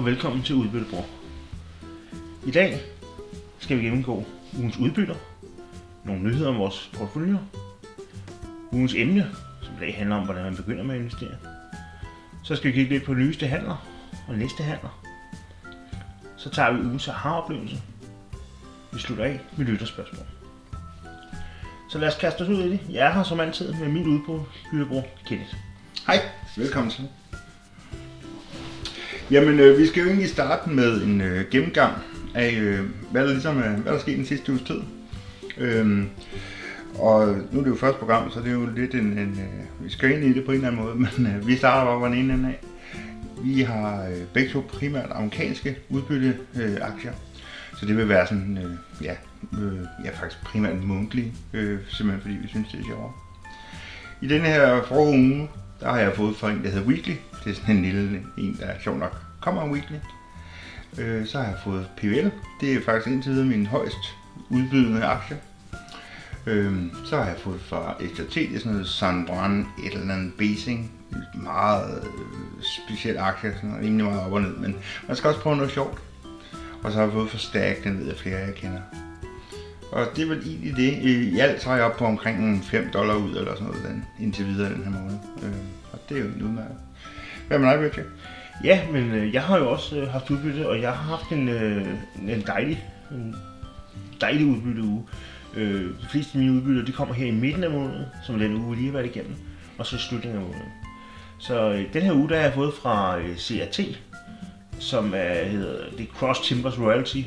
velkommen til Udbyttebror. I dag skal vi gennemgå ugens udbytter, nogle nyheder om vores porteføljer, ugens emne, som i dag handler om, hvordan man begynder med at investere. Så skal vi kigge lidt på nyeste handler og næste handler. Så tager vi ugens aha-oplevelse. Vi slutter af med lytterspørgsmål. Så lad os kaste os ud i det. Jeg er her som altid med min udbyttebror, Kenneth. Hej, velkommen til. Jamen, vi skal jo egentlig starte med en gennemgang af, hvad der skete den sidste uges tid. Og nu er det jo første program, så det er jo lidt vi skal ind i det på en eller anden måde, men vi starter bare på den ene ende af. Vi har begge to primært amerikanske udbytteaktier, så det vil være sådan, faktisk primært månedlige, simpelthen fordi vi synes, det er sjovere. I denne her forrige uge, der har jeg fået fra en, der hedder Weekly. Det er sådan en lille en, der sjovt nok kommer Weekly. Så har jeg fået PVL. Det er faktisk indtil videre min højst udbydende aktie. Så har jeg fået fra XRT, det er sådan noget Sunrun, et eller andet basing. Meget speciel aktie, sådan rimelig meget op og ned, men man skal også prøve noget sjovt. Og så har jeg fået fra Stærk, den ved jeg flere, jeg kender. Og det er vel egentlig det. I alt så er jeg oppe på omkring $5 ud eller sådan noget indtil videre den her måned. Og det er jo en udmærket. Hvad med dig, Richard? Ja, men jeg har jo også haft udbytte, og jeg har haft en dejlig udbytteuge. De fleste af mine udbytter, de kommer her i midten af måneden, som den uge, vi lige har været igennem, og så i slutningen af måneden. Så den her uge, der har jeg fået fra CRT, som hedder det Cross Timbers Royalty.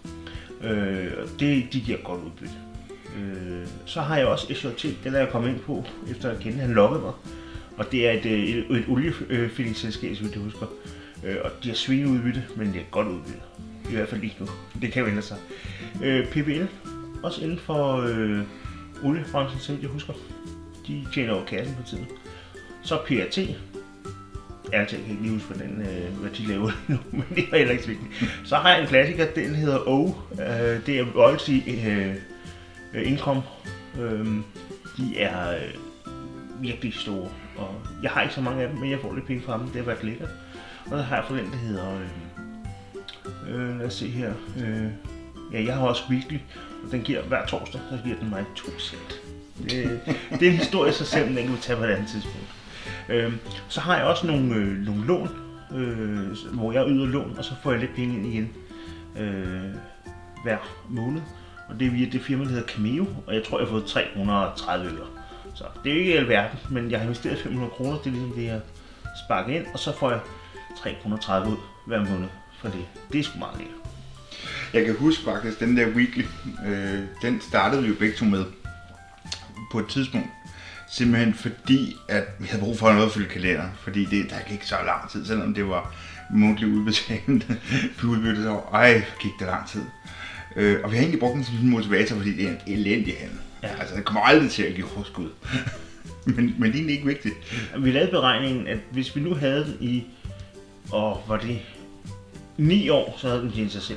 De giver godt udbytte. Så har jeg også SJT, den er jeg kommet ind på, efter at kende, han lokkede mig. Og det er et oliefillingsselskab, som jeg husker. Og de har svineudbytte, men det er godt udbytte. I hvert fald lige nu. Det kan jo ændre sig. PBL, også inden for oliebranchen, som jeg husker. De tjener over kassen på tiden. Så PRT. Jeg kan ikke lige huske, hvad de laver nu, men det er heller ikke så vigtigt. Så har jeg en klassiker, den hedder O. Det er Royalty Income. De er virkelig store, og jeg har ikke så mange af dem, men jeg får lidt penge fra dem. Det har været lækkert. Og så har jeg fået den, der hedder... lad os se her. Jeg har også Weekly, og den giver hver torsdag, så giver den mig 2 cent. Det er en historie sig selv, den kan vi tage på et andet tidspunkt. Så har jeg også nogle lån, hvor jeg yder lån, og så får jeg lidt penge ind igen hver måned. Og det er via det firma, der hedder Cameo, og jeg tror, jeg har fået 330 øre. Så det er jo ikke alverden, men jeg har investeret 500 kroner, det er ligesom det, jeg sparker ind, og så får jeg 330 ud hver måned for det. Det er sgu meget lækkert. Jeg kan huske faktisk, den der Weekly, den startede vi jo begge to med på et tidspunkt. Simpelthen fordi, at vi havde brug for noget at fylde kalender, fordi der gik så lang tid, selvom det var månedligt udbetalt udbytte, så gik det lang tid. Og vi har egentlig brugt den som en motivator, fordi det er en elendig handel. Ja. Altså, det kommer aldrig til at give overskud. men det er egentlig ikke vigtigt. Vi lavede beregningen, at hvis vi nu havde det i, var det 9 år, så havde den tjent sig selv.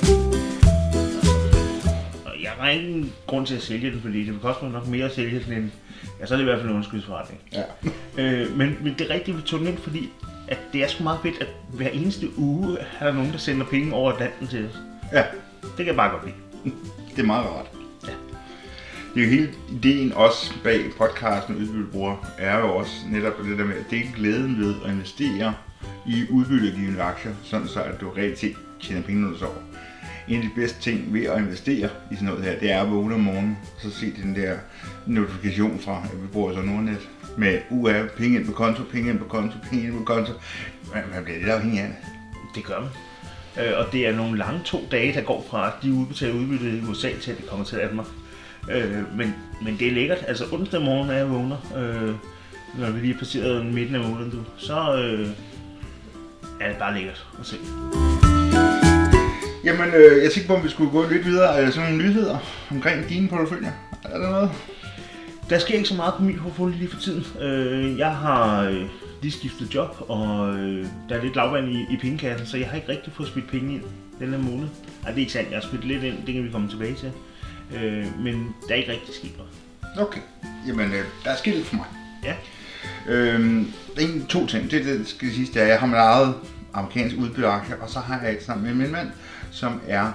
Og jeg har ingen grund til at sælge den, fordi det vil koste mig nok mere at sælge den end... Ja, så er det i hvert fald en underskudsforretning. Ja. Men det er rigtigt, vi tog den ind, fordi at det er sgu meget fedt, at hver eneste uge er der nogen, der sender penge over Atlanten til os. Ja. Det kan jeg bare godt lide. Det er meget rart. Ja. Det er jo hele ideen også bag podcasten Udbyttebror, er jo også netop det der med at dele glæden ved at investere i udbyttegivende aktier, sådan så at du reelt set tjener penge, når du sover. En af de bedste ting ved at investere i sådan noget her, det er at vågne om morgenen, og så se den der notifikation fra, at vi bruger så Nordnet, med penge ind på konto, penge ind på konto, penge ind på konto. Man bliver lidt afhængig af det. Det gør man. Og det er nogle lange 2 dage, der går fra, at de udbetaler udbytte i USA til, at det kommer til Danmark. Men det er lækkert. Altså onsdag morgen, når jeg vågner, når vi lige har passeret midten af måneden, så er det bare lækkert at se. Jamen, jeg tænkte på, om vi skulle gå lidt videre. Sådan nogle nyheder omkring dine porteføljer. Er der noget? Der sker ikke så meget på min portefølje lige for tiden. Jeg har lige skiftet job, og der er lidt lavvand i pengekassen, så jeg har ikke rigtig fået smidt penge ind den her måned. Nej, det er ikke sandt. Jeg har smidt lidt ind, det kan vi komme tilbage til. Men der er ikke rigtig sket noget. Okay. Jamen, der er sket for mig. Ja. Der er 2 ting. Det skal siges, at jeg har mit eget amerikanske udbytteaktier, og så har jeg et sammen med min mand, som er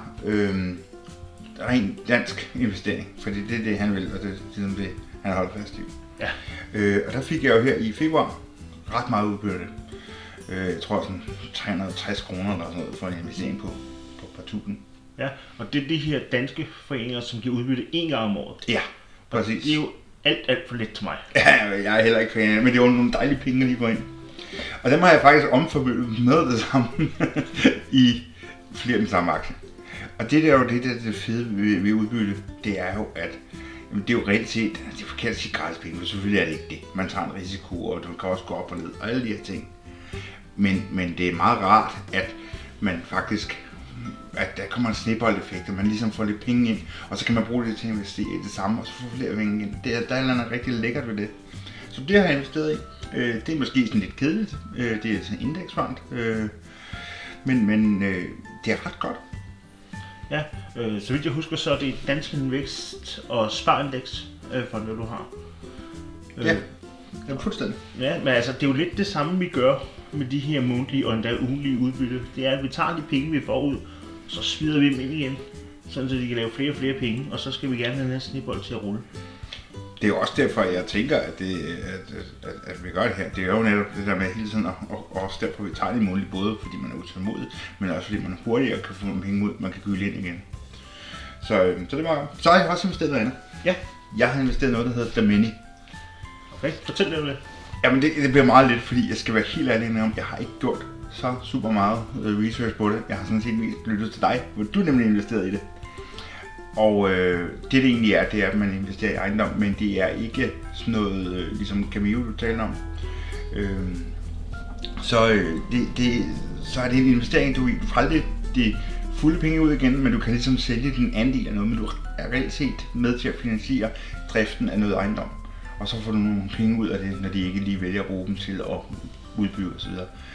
rent dansk investering, fordi det er det, han vil, og det er ligesom det, han har holdt fast i. Ja. Og der fik jeg jo her i februar ret meget udbytte. Jeg tror sådan 360 kroner eller sådan noget for en investering på et par tusind. Ja, og det er de her danske foreninger, som giver udbytte 1 gang om året. Ja, præcis. Det er jo alt for lidt til mig. Ja, jeg er heller ikke fan af det, men det er jo nogle dejlige penge, der lige går ind. Og dem har jeg faktisk omformidlet med det samme i flere af den samme aktie. Og det der er jo det fede ved udbytte, det er jo, at jamen, det er jo reelt set, det er forkert at sige gratis penge, for selvfølgelig er det ikke det. Man tager en risiko, og du kan også gå op og ned, og alle de her ting. Men det er meget rart, at man faktisk, at der kommer en sneboldeffekt, og man ligesom får lidt penge ind, og så kan man bruge det til at investere i det samme, og så få flere penge ind. Der er noget rigtig lækkert ved det. Så det har jeg investeret i. Det er måske sådan lidt kedeligt. Det er en indeksfond. Men det er ret godt. Ja, så vidt jeg husker, så er det Danske Vækst og Sparindeks fond, du har. Ja, det er fuldstændig. Ja, men altså, det er jo lidt det samme, vi gør med de her månedlige og endda ugenlige udbytte. Det er, at vi tager de penge, vi får ud, så smider vi dem ind igen, sådan så de kan lave flere og flere penge, og så skal vi gerne have den snebold til at rulle. Det er jo også derfor, jeg tænker, at vi gør det her. Det er jo netop det der med hele tiden, og også derfor, vi tager det månedligt, både fordi man er utålmodig, men også fordi man hurtigere kan få nogle penge ud, man kan gylde ind igen. Så det var. Så har jeg også investeret noget andet. Ja. Jeg har investeret noget, der hedder Damini. Okay, fortæl lidt om det. Jamen det bliver meget lidt, fordi jeg skal være helt ærlig om, jeg har ikke gjort så super meget research på det. Jeg har sådan set mest lyttet til dig, hvor du nemlig investeret i det. Og det egentlig er, det er, at man investerer i ejendom, men det er ikke sådan noget, ligesom Cameo, du taler om. Så er det en investering, du får aldrig de fulde penge ud igen, men du kan ligesom sælge din andel af noget, men du er reelt set med til at finansiere driften af noget ejendom. Og så får du nogle penge ud af det, når de ikke lige vælger at bruge dem til at udbygge osv.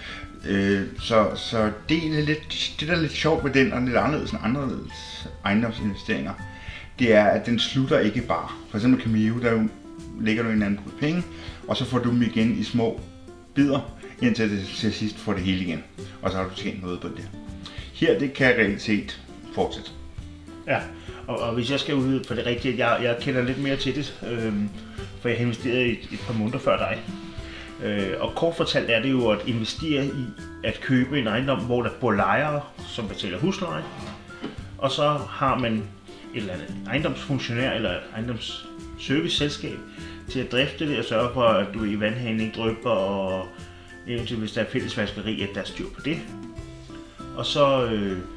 Så det er lidt, det der er lidt sjovt ved den, og lidt anderledes end andre ejendomsinvesteringer, det er, at den slutter ikke bare. For eksempel Cameo, der lægger du en anden pose penge, og så får du dem igen i små bidder, indtil det til sidst får det hele igen. Og så har du tjent noget på det. Her, det kan reelt set fortsætte. Ja, og hvis jeg skal ud på det rigtige, jeg kender lidt mere til det, for jeg har investeret i et par måneder før dig. Og kort fortalt er det jo at investere i at købe en ejendom, hvor der bor lejere, som betaler husleje, og så har man et eller andet ejendomsfunktionær eller ejendomsserviceselskab til at drifte det og sørge for, at du i vandhanen ikke drypper, og eventuelt hvis der er fællesvaskeri, at der er styr på det. Og så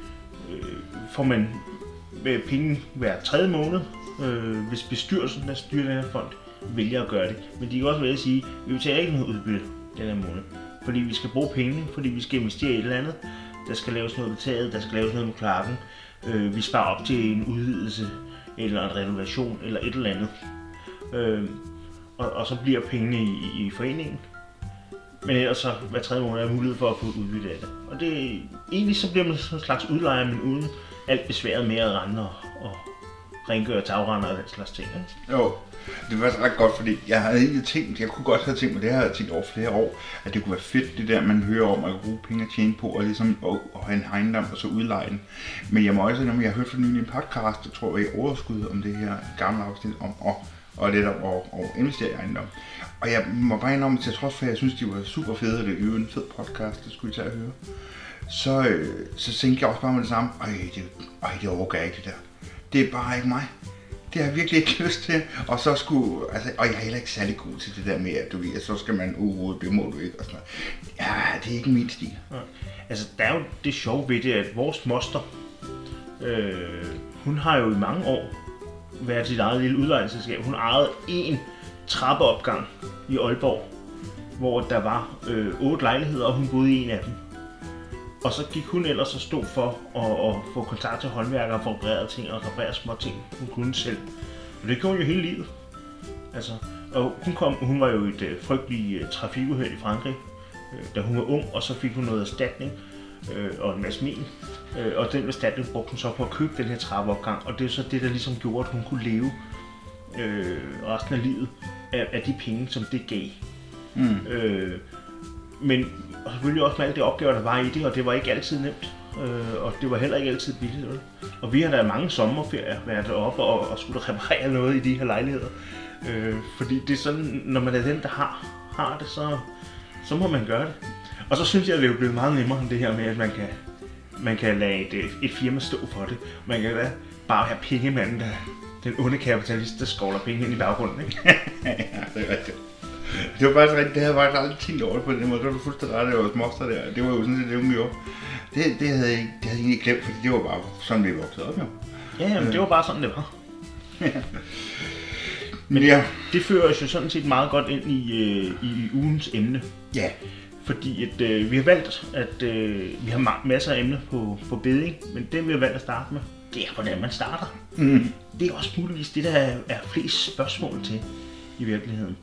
får man penge hver 3. måned, hvis bestyrelsen, der styrer den her fond, vælger at gøre det. Men de kan også vælge at sige, at vi betaler ikke noget udbytte den her måned, fordi vi skal bruge pengene, fordi vi skal investere i et eller andet. Der skal laves noget med taget, der skal laves noget med kloakken. Vi sparer op til en udvidelse, eller en renovation, eller et eller andet. Og så bliver pengene i foreningen. Men ellers så hver 3. måned er mulighed for at få udbytte af det. Og det egentlig så bliver man sådan en slags udlejer, men uden alt besværet med at rende og rengøre tagrender og den slags ting. Ikke? Jo, det var ret godt, fordi jeg havde egentlig tænkt, jeg kunne godt have tænkt mig, det har jeg tænkt over flere år, at det kunne være fedt, det der man hører om at bruge penge at tjene på, og ligesom at have en ejendom og så udleje den. Men jeg må også sige, jeg har hørt for nylig en podcast, der tror jeg i overskud om det her gamle afsnit om og netop at investere i ejendom. Og jeg må bare indrømme til trods for, at jeg synes, de var super fede, og det er jo en fed podcast, det skulle I tage at høre. Så tænkte jeg også bare med det samme, det overgår jeg ikke det der. Det er bare ikke mig. Det har jeg virkelig ikke lyst til. Og så og jeg er heller ikke særlig god til det der med, at du ved, at så skal man, det må du ikke, og sådan noget. Ja, det er ikke min stil. Ja. Altså, der er jo det sjove ved det, at vores moster, hun har jo i mange år været sit eget lille udlejningsselskab. Hun ejede en trappeopgang i Aalborg, hvor der var 8 lejligheder, og hun boede i en af dem. Og så gik hun ellers og stod for at få kontakt til håndværkere og få repareret ting og reparere små ting, hun kunne selv. Og det gjorde hun jo hele livet. Altså, og hun var jo et frygteligt trafikuheld i Frankrig, da hun var ung, og så fik hun noget erstatning og en masse men. Og den erstatning brugte hun så på at købe den her trappeopgang, og det er så det, der ligesom gjorde, at hun kunne leve resten af livet af de penge, som det gav. Men og selvfølgelig også med alle de opgaver, der var i det, og det var ikke altid nemt. Og det var heller ikke altid billigt. Og vi har da mange sommerferier været deroppe og skulle reparere noget i de her lejligheder. Fordi det er sådan, når man er den, der har det, så må man gøre det. Og så synes jeg, at det er blevet meget nemmere end det her med, at man kan lade et firma stå for det. Man kan da bare have pengemanden, den onde kapitalist, der skovler penge ind i baggrunden, ikke? Ja, det er rigtigt. Det var faktisk rigtigt, det havde jeg faktisk aldrig tænkt over det på den måde. Det var du fuldstændig ret, det var vores moster der. Det var jo sådan set det, hun gjorde. Det havde jeg egentlig glemt, fordi det var bare sådan, vi voksede op, jo. Ja, men det var bare sådan, det var. Men ja. Det fører os jo sådan set meget godt ind i ugens emne. Ja. Fordi at, vi har valgt, at vi har masser af emner på beding, men det vi har valgt at starte med, det er hvordan man starter. Mm. Det er også muligvis det, der er flest spørgsmål til i virkeligheden.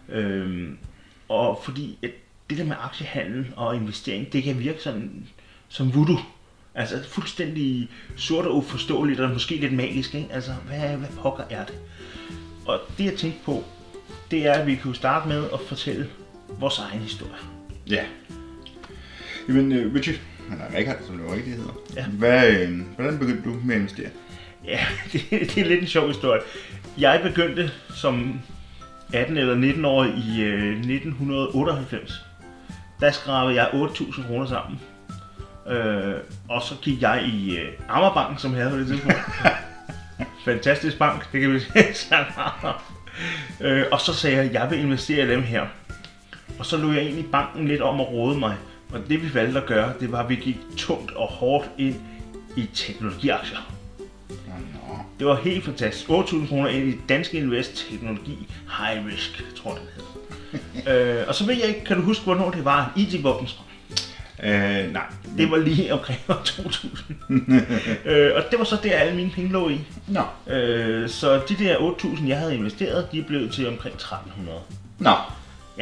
Og fordi at det der med aktiehandel og investering, det kan virke sådan som voodoo. Altså fuldstændig sort og uforståeligt og måske lidt magisk, ikke? Altså hvad pokker er det? Og det jeg tænkte på, det er at vi kan starte med at fortælle vores egen historie. Ja. Jamen Richard, eller Richard, som det rigtigt hedder. Ja. Hvordan begyndte du med at investere? Ja, det er lidt en sjov historie. Jeg begyndte som 18 eller 19-årig i 1998. Der skrabede jeg 8.000 kroner sammen. Og så gik jeg i Amagerbanken, som jeg havde på det tidspunkt. Fantastisk bank, det kan vi sige. Og så sagde jeg, at jeg vil investere i dem her. Og så lå jeg ind i banken lidt om at råde mig. Og det vi valgte at gøre, det var, at vi gik tungt og hårdt ind i teknologiaktier. Det var helt fantastisk. 8.000 kroner ind i Danske Invest Teknologi High Risk, tror jeg den hedder. Og så ved jeg ikke, kan du huske, hvornår det var IT-våbensstrøm? Nej. Det var lige omkring 2000. Og det var så der, alle mine penge lå i. Nå. Så de der 8.000, jeg havde investeret, de blev til omkring 1.300. Nå. Ja.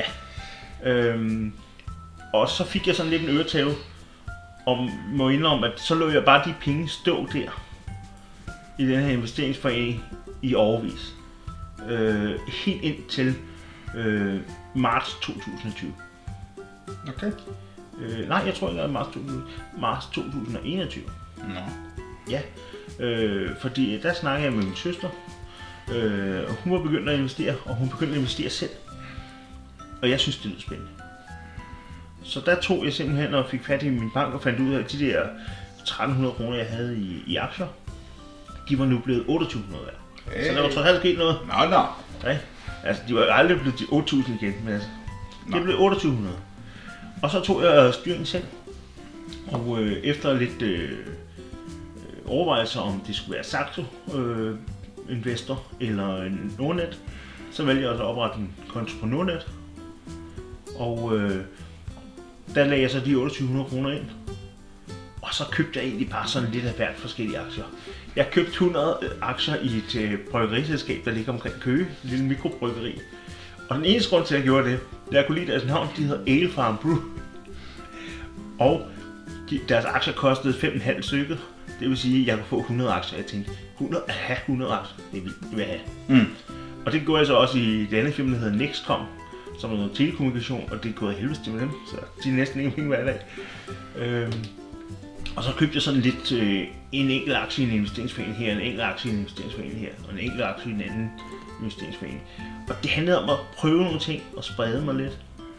Og så fik jeg sådan lidt en øretæve, og må indrømme, at så lå jeg bare de penge stå der i den her investeringsforening i årevis. Helt ind til marts 2020. Okay. Nej, jeg tror ikke, det var marts 2021. Nå. Ja, fordi der snakkede jeg med min søster. Hun var begyndt at investere, og hun begyndte at investere selv. Og jeg synes, det lyder spændende. Så der tog jeg simpelthen og fik fat i min bank og fandt ud af, at de der 1.300 kroner, jeg havde i aktier, de var nu blevet 2.800 værd. Hey. Så der var trods alt sket noget. Nå. Ja, altså, de var aldrig blevet til 8.000 igen, men altså, det blev 2.800. Og så tog jeg styringen selv. Og efter lidt overvejelser om det skulle være Saxo Investor eller en Nordnet, så valgte jeg også at oprette en konto på Nordnet. Og der lagde jeg så de 2.800 kroner ind. Og så købte jeg egentlig bare sådan lidt af hvert forskellige aktier. Jeg købte 100 aktier i et bryggeriselskab, der ligger omkring Køge, et lille mikrobryggeri. Og den eneste grund til, at jeg gjorde det, da jeg kunne lide deres navn, de hedder Ale Farm Brew. Og deres aktier kostede 5,5 stykket. Det vil sige, at jeg kunne få 100 aktier. Jeg tænkte, 100 aktier, det vil jeg have. Mm. Og det gjorde jeg så også i det andet firma, der hedder Nextcom, som er noget telekommunikation, og det er gået helvedes til med dem, så de er næsten ingen penge hver dag. Og så købte jeg sådan lidt en enkelt aktie i en investeringsforening her, en enkelt aktie i en investeringsforening her, og en enkelt aktie i en anden investeringsforening. Og det handlede om at prøve nogle ting og sprede mig lidt.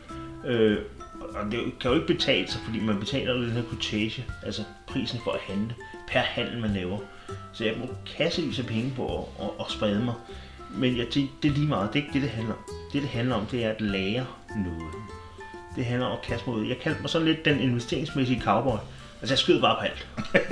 Og det kan jo ikke betale sig, fordi man betaler den her quotage, altså prisen for at handle, per handel man laver. Så jeg bruger kassevis af penge på at sprede mig. Men jeg tænkte, det er lige meget, det er ikke det, det handler om. Det handler om, det er at lære noget. Det handler om at kaste mig ud. Jeg kaldte mig sådan lidt den investeringsmæssige cowboy. Altså jeg skød bare på alt.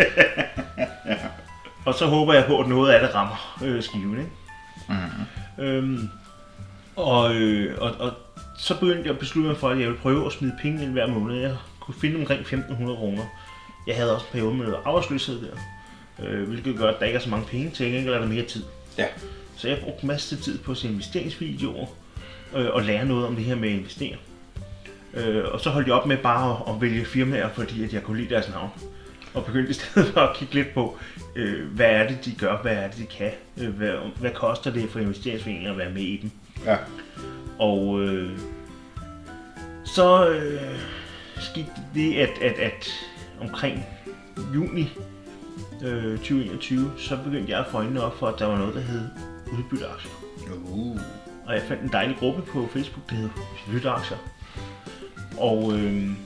Og så håber jeg på, at noget af det rammer skiven, ikke? Mm-hmm. Og så begyndte jeg at beslutte mig for, at jeg ville prøve at smide penge ind hver måned. Jeg kunne finde omkring 1.500 kroner. Jeg havde også en periode med noget arbejdsløshed der, hvilket gør, at der ikke er så mange penge til, eller er der mere tid. Ja. Så jeg brugte masser af tid på at se investeringsvideoer og lære noget om det her med at investere. Og så holdt jeg op med bare at vælge firmaer, fordi at jeg kunne lide deres navn. Og begyndte i stedet for at kigge lidt på, hvad er det de gør, hvad er det de kan, hvad koster det for investeringsforeninger at være med i dem. Ja. Og Så skete det, at omkring juni 2021, så begyndte jeg at få øjnene op for, at der var noget, der hed udbytteaktier. Og jeg fandt en dejlig gruppe på Facebook, der hed Udbytteaktier. Og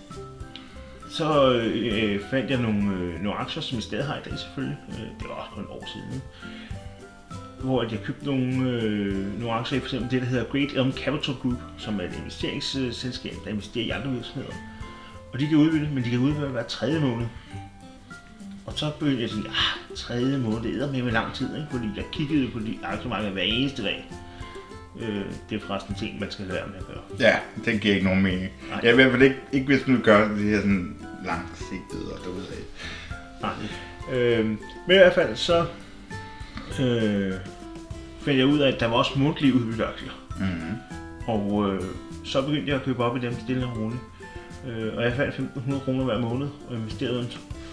så fandt jeg nogle aktier, som jeg stadig har i dag selvfølgelig. Det var også kun et år siden. Hvor jeg købte nogle aktier i for eksempel det, der hedder Great Elm Capital Group, som er et investeringsselskab, der investerer i andre virksomheder. Og de kan udbytte, men de kan udbytte hver 3. måned. Og så begyndte jeg at sige, 3. måned, det er med lang tid, ikke? Fordi jeg kiggede på de aktiemarkeder hver eneste dag. Det er forresten ting, man skal lade være med at gøre. Ja, det giver ikke nogen mening. Nej. Jeg vil i hvert fald ikke hvis du gør det her sådan langsigtet og derudad. Nej. Men i hvert fald så fandt jeg ud af, at der var også månedlige udbytteaktier. Mm-hmm. Og så begyndte jeg at købe op i dem stille og roligt. Og jeg fandt 1.500 kroner hver måned og investerede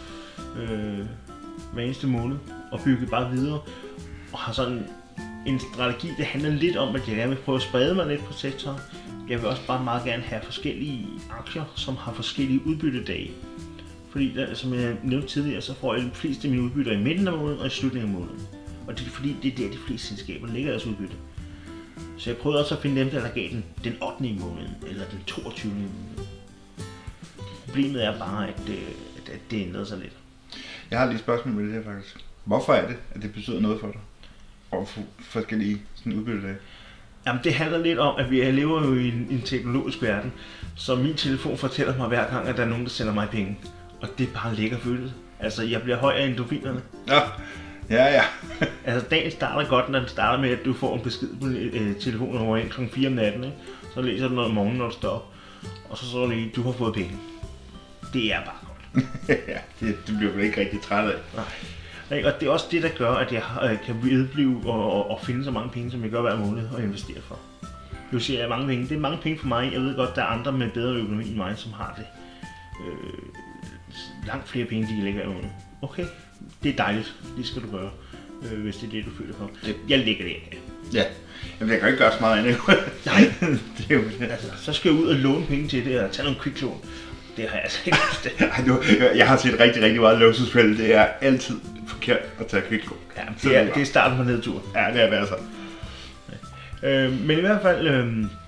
hver eneste måned og byggede bare videre. Og har sådan en strategi, der handler lidt om, at jeg gerne vil prøve at sprede mig lidt på sektoren. Jeg vil også bare meget gerne have forskellige aktier, som har forskellige udbyttedage. Fordi, som jeg nævnte tidligere, så får jeg de fleste af mine udbytter i midten af måneden og i slutningen af måneden. Og det er fordi, det er der de fleste selskaber ligger deres udbytte. Så jeg prøvede også at finde dem, der gav den 8. i måneden, eller den 22. i måneden. Problemet er bare, at det ændrede sig lidt. Jeg har lige et spørgsmål med det her faktisk. Hvorfor er det, at det betyder noget for dig? Og for forskellige udbyttedage? Jamen det handler lidt om, at vi lever jo i en teknologisk verden, så min telefon fortæller mig hver gang, at der er nogen, der sender mig penge. Og det er bare en lækker følelse. Altså jeg bliver høj af endorfinerne. Ja. Altså dagen starter godt, når den starter med, at du får en besked på telefonen over kl. 4 om natten. Ikke? Så læser du noget om morgenen, når du står op. Og så står det, du har fået penge. Det er bare godt. Ja, det bliver du ikke rigtig træt af. Nej. Og det er også det, der gør, at jeg kan vedblive og finde så mange penge, som jeg gør hver måned og investere for. Du siger, jeg mange penge. Det er mange penge for mig. Jeg ved godt, der er andre med bedre økonomi end mig, som har det. Langt flere penge, de kan lægge hver måned. Okay, det er dejligt. Det skal du gøre, hvis det er det, du føler for. Jeg lægger det af. Ja, men jeg kan ikke gøre så meget andet. Nej, det er jo det. Altså, så skal jeg ud og låne penge til det og tage nogle kviklån. Det har jeg altså ikke lyst til. Jeg har set rigtig, rigtig meget luksusfælde. Det er altid forkert at tage kviklån. Ja, det er starten på nedturen. Ja, det er det altså. Men i hvert fald,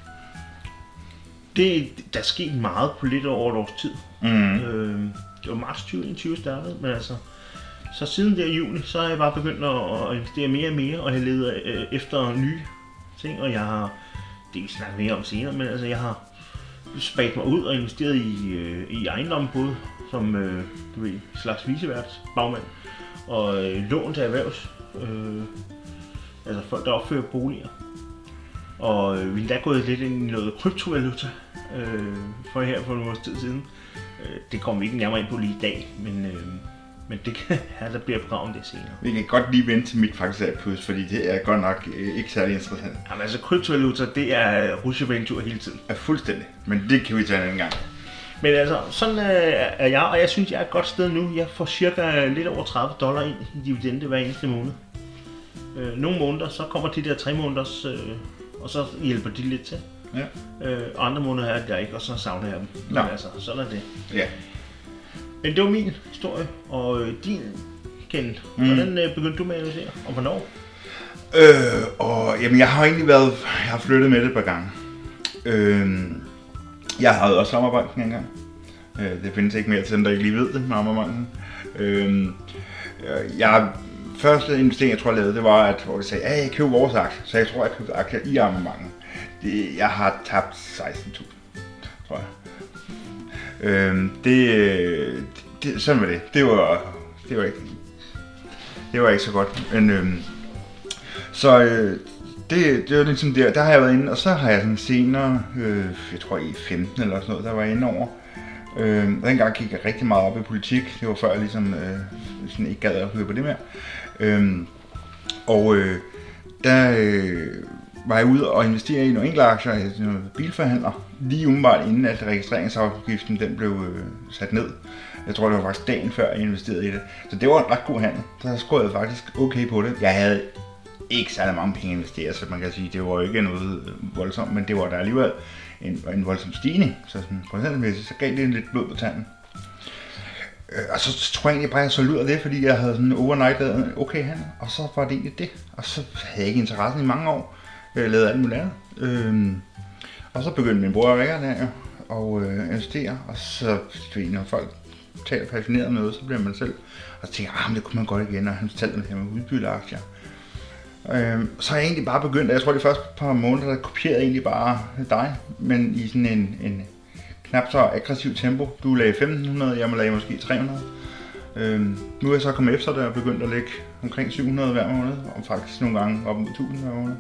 der er sket meget på lidt over et års tid. Mm. Det var marts 2021 startede, men altså, så siden der juni, så har jeg bare begyndt at investere mere og mere, og jeg leder efter nye ting, og jeg har, det kan snakke mere om senere, men altså jeg har spredt mig ud og investeret i ejendomme, både som du ved, slags vicevært, bagmand, og lån til erhvervs, altså folk der opfører boliger. Og vi er endda gået lidt ind i noget kryptovaluta for en års tid siden. Det kommer vi ikke nærmere ind på lige i dag, men det kan have, der bliver program om det senere. Vi kan godt lige vente til mit faktaplus, fordi det er godt nok ikke særlig interessant. Jamen altså kryptovaluta, det er rutsjebanetur hele tiden. Ja, fuldstændig, men det kan vi tage en anden gang. Men altså, sådan er jeg, og jeg synes, jeg er et godt sted nu. Jeg får cirka lidt over $30 ind i dividende hver eneste måned. Nogle måneder, så kommer de der 3 måneders, og så hjælper de lidt til. Ja. Og andre måneder er jeg ikke, og så savner jeg dem. Men altså, sådan er det. Ja. Men det var min historie, og din, Ken, hvordan begyndte du med at investere, og hvornår? Jamen jeg har egentlig jeg har flyttet med det et par gange. Jeg havde også Amagerbanken engang. Det findes ikke mere til dem, der ikke lige ved det med Amagerbanken. Første investering, jeg tror, jeg lavede, det var, hvor jeg sagde, at jeg køber vores aktier. Så jeg tror, jeg købte aktier i Amagerbanken. Jeg har tabt 16.000, tror jeg. Sådan var det. Det var ikke så godt. Men, det var ligesom der har jeg været inde, og så har jeg sådan senere, jeg tror i 15 eller sådan noget, der var jeg inde over. Dengang gik jeg rigtig meget op i politik. Det var før jeg ligesom sådan ikke gad at høre på det mere. Der var jeg ude og investere i nogle enkelte aktier i nogle bilforhandler, lige umiddelbart inden at registreringsafgiften den blev sat ned. Jeg tror det var faktisk dagen før jeg investerede i det. Så det var en ret god handel. Så skruede jeg faktisk okay på det. Jeg havde ikke særlig mange penge investeret, så man kan sige, det var jo ikke noget voldsomt, men det var der alligevel en voldsom stigning. Så sådan procentmæssigt, så gav det en lidt blod på tanden. Og så tror jeg egentlig bare, at jeg så lyder det, fordi jeg havde sådan overnight lavet okay handel, og så var det egentlig det. Og så havde jeg ikke interessen i mange år, lavet alt muligt andet. Og så begyndte min bror at række der og investere, og så når folk taler passioneret om noget, så bliver man selv, og så tænker jeg, det kunne man godt igen, og han fortalte det her med udbytteaktier. Så har jeg egentlig bare begyndt, jeg tror de første par måneder, der kopierede egentlig bare dig, men i sådan en knap så aggressiv tempo. Du lagde 1500, jeg må lagde måske 300. Nu er jeg så kommet efter det og begyndt at lægge omkring 700 hver måned, og faktisk nogle gange op mod 1000 hver måned.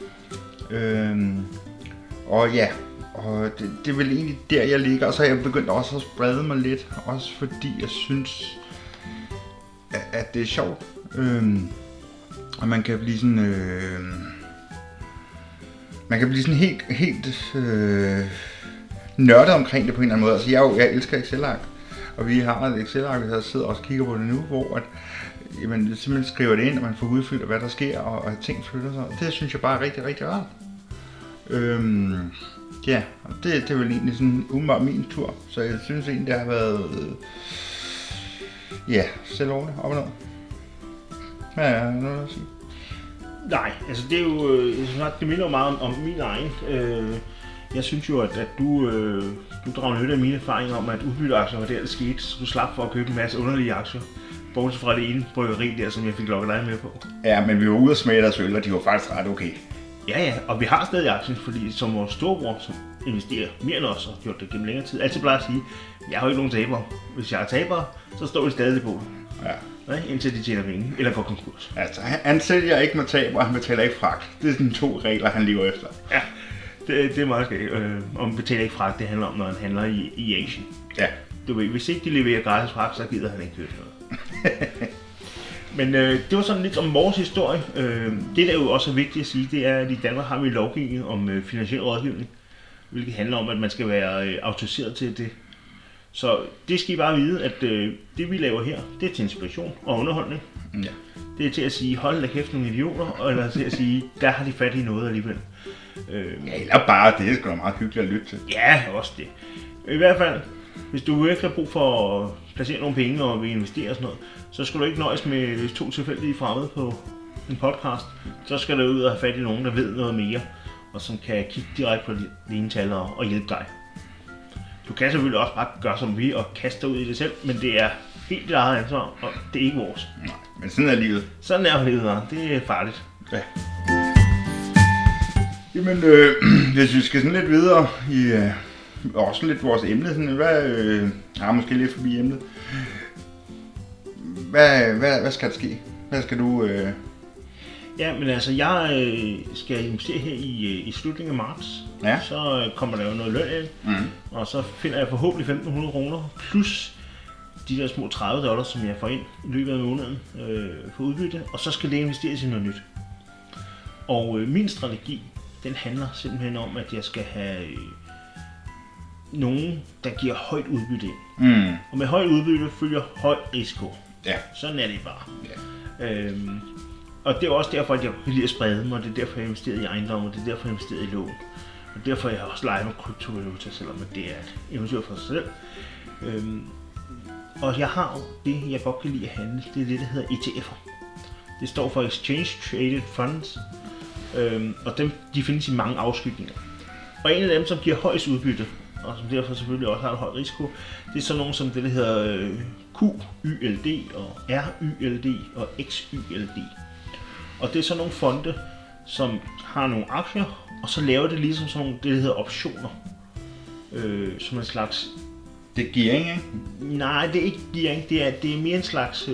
Og ja, og det er vel egentlig der jeg ligger, og så har jeg begyndt også at sprede mig lidt, også fordi jeg synes, at det er sjovt. Og man kan blive sådan, helt nørdet omkring det på en eller anden måde. Altså jeg elsker Excel-ark, og vi har et Excel-ark, der sidder og kigger på det nu, hvor at, jamen, simpelthen skriver det ind, og man får udfyldt, hvad der sker, og ting flytter sig. Det synes jeg bare er rigtig, rigtig rart. Ja, og det er vel egentlig sådan umiddelbart min tur, så jeg synes egentlig, det har været selv over det, op og ned. Hvad er noget at sige? Nej, altså det er jo, det minder jo meget om min egen. Jeg synes jo, at du drager nytte af mine erfaringer om, at udbytteaktier var der skete, så du slap for at købe en masse underlige aktier. Bortset fra det ene bryggeri der, som jeg fik lokket dig med på. Ja, men vi var ude og smage deres øl, og de var faktisk ret okay. Ja, og vi har stadig aktien, fordi som vores storebror, som investerer mere end os og har gjort det gennem længere tid, altid plejer at sige, jeg har jo ikke nogen tabere. Hvis jeg er tabere, så står vi stadig på det. Ja. Indtil de tjener penge, eller går konkurs. Altså, han sælger ikke med tab, og han betaler ikke fragt. Det er sådan 2 regler, han lever efter. Ja, det er meget skægt. Om han betaler ikke fragt, det handler om, når han handler i Asien. Ja. Du ved, hvis ikke de leverer gratis fragt, så gider han ikke købe noget. Men det var sådan lidt om vores historie. Det der jo også er vigtigt at sige, det er, at i Danmark har vi lovgivning om finansiel rådgivning, hvilket handler om, at man skal være autoriseret til det. Så det skal I bare vide, at det vi laver her, det er til inspiration og underholdning. Ja. Det er til at sige, hold da kæft nogle idioter, eller til at sige, der har de fat i noget alligevel. Ja, eller bare det, skal være meget hyggeligt at lytte til. Ja, også det. I hvert fald, hvis du virkelig har brug for at placere nogle penge og vil investere og sådan noget, så skal du ikke nøjes med 2 tilfældige fremmede på en podcast. Så skal du ud og have fat i nogen, der ved noget mere, og som kan kigge direkte på dine tal og hjælpe dig. Du kan selvfølgelig også bare gøre som vi og kaste dig ud i det selv, men det er helt dit eget ansvar, og det er ikke vores. Nej, men sådan er livet. Sådan er livet, det er farligt. Ja. Jamen, hvis vi skal sådan lidt videre i også lidt vores emne, sådan, måske lidt forbi emnet. Hvad skal der ske? Hvad skal du... Ja, men altså, jeg skal investere her i slutningen af marts. Ja. Så kommer der jo noget løn ind, og så finder jeg forhåbentlig 1.500 kroner, plus de der små $30, som jeg får ind i løbet af måneden på udbytte, og så skal det investeres i noget nyt. Og min strategi, den handler simpelthen om, at jeg skal have nogen, der giver højt udbytte ind. Og med højt udbytte følger høj risiko. Ja. Sådan er det bare. Ja. Og det er også derfor, at jeg vil lide at sprede mig, og det er derfor, jeg investerer i ejendom, og det er derfor, jeg investerer i lån. Og derfor jeg har også leget med kryptovaluta, selvom det er et eventyr for sig selv. Og jeg har det, jeg godt kan lide at handle, det er det, der hedder ETF'er. Det står for Exchange Traded Funds, og de findes i mange afskygninger. Og en af dem, som giver højst udbytte, og som derfor selvfølgelig også har en høj risiko, det er sådan nogle som det, der hedder QYLD og RYLD og XYLD. Og det er sådan nogle fonde, som har nogle aktier, og så laver det ligesom sådan nogle, det der hedder optioner. Som en slags... Det er gearing, ikke? Nej, det er ikke gearing. Det er mere en slags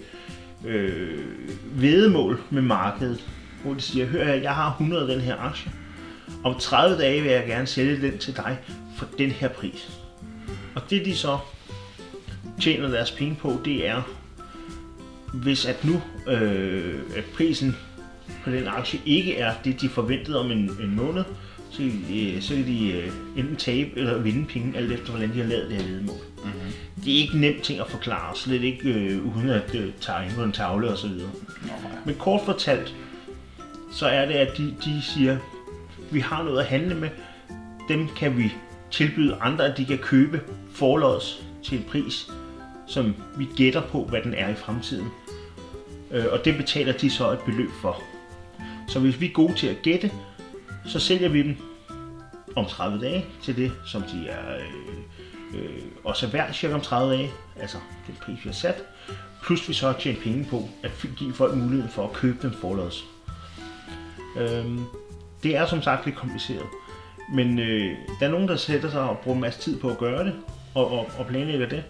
væddemål med markedet. Hvor de siger, hør her, jeg har 100 af den her aktie. Om 30 dage vil jeg gerne sælge den til dig for den her pris. Og det de så tjener deres penge på, det er, hvis at nu at prisen på den aktie ikke er det, de forventede om en måned, så kan de enten tabe eller vinde penge, alt efter hvordan de har lavet det her væddemål. Det er ikke nemt ting at forklare, slet ikke uden at tegne på en tavle og så videre. Men kort fortalt, så er det, at de siger, vi har noget at handle med, dem kan vi tilbyde andre, at de kan købe forlods til en pris, som vi gætter på, hvad den er i fremtiden. Og det betaler de så et beløb for. Så hvis vi er gode til at gætte, så sælger vi dem om 30 dage til det, som de er også er værd cirka om 30 dage, altså den pris vi har sat, plus vi så har tjent penge på at give folk muligheden for at købe dem forlods. Det er som sagt lidt kompliceret, men der er nogen, der sætter sig og bruger en masse tid på at gøre det, og planlægger det.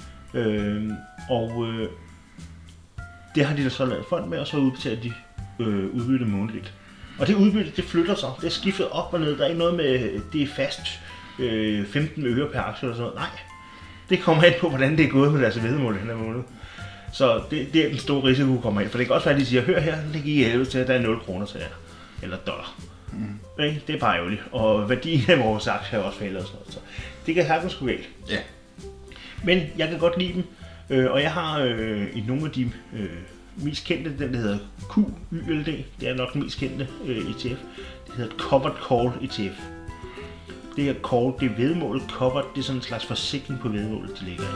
Det har de da så lavet fond med, og så udbetaler de udbytte månedligt. Og det udbytte, det flytter sig. Det er skiftet op og ned. Der er ikke noget med, det er fast 15 øre per aktie eller sådan noget. Nej, det kommer ind på, hvordan det er gået med deres vedmål den her måned. Så det er den store risiko, kommer ind. For det kan også være, at de siger, hør her, læg i helvede til, at der er 0 kroner til jer. Eller dollar. Okay? Det er bare ærgerligt. Og værdien af vores aktier er også faldet og sådan noget. Så det kan sagtens gå galt. Ja. Men jeg kan godt lide dem. Og jeg har i nogle af de mest kendte, den der hedder QYLD, det er nok den mest kendte ETF. Det hedder Covered Call ETF. Det her call, det er vedmålet, covered, det er sådan en slags forsikring på vedmålet, de ligger